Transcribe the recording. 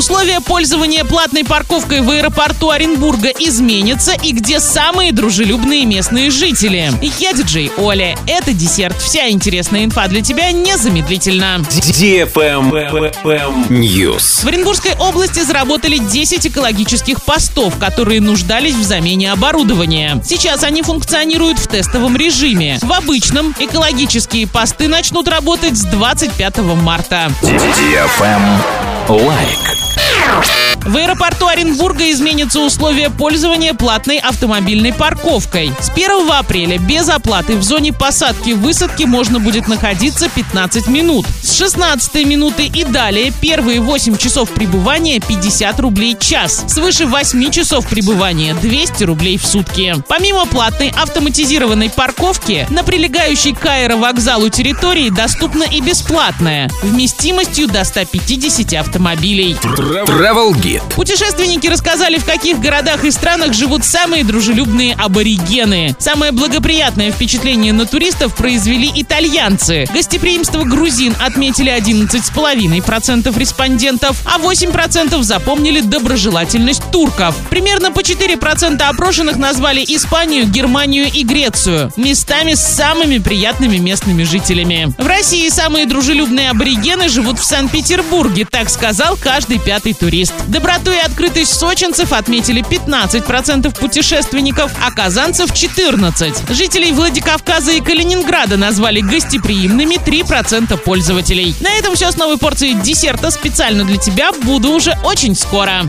Условия пользования платной парковкой в аэропорту Оренбурга изменятся и где самые дружелюбные местные жители. Я диджей Оля. Это десерт. Вся интересная инфа для тебя незамедлительно. News. В Оренбургской области заработали 10 экологических постов, которые нуждались в замене оборудования. Сейчас они функционируют в тестовом режиме. В обычном экологические посты начнут работать с 25 марта. Лайк. В аэропорту Оренбурга изменятся условия пользования платной автомобильной парковкой. С 1 апреля без оплаты в зоне посадки-высадки можно будет находиться 15 минут. С 16 минуты и далее первые 8 часов пребывания 50 рублей в час. Свыше 8 часов пребывания 200 рублей в сутки. Помимо платной автоматизированной парковки, на прилегающей к аэровокзалу территории доступна и бесплатная, вместимостью до 150 автомобилей. Travel Guide. Путешественники рассказали, в каких городах и странах живут самые дружелюбные аборигены. Самое благоприятное впечатление на туристов произвели итальянцы. Гостеприимство грузин отметили 11,5% респондентов, а 8% запомнили доброжелательность турков. Примерно по 4% опрошенных назвали Испанию, Германию и Грецию местами с самыми приятными местными жителями. В России самые дружелюбные аборигены живут в Санкт-Петербурге, так сказал каждый 5-й турист. Доброту и открытость сочинцев отметили 15% путешественников, а казанцев 14%. Жителей Владикавказа и Калининграда назвали гостеприимными 3% пользователей. На этом все с новой порцией десерта специально для тебя. Буду уже очень скоро.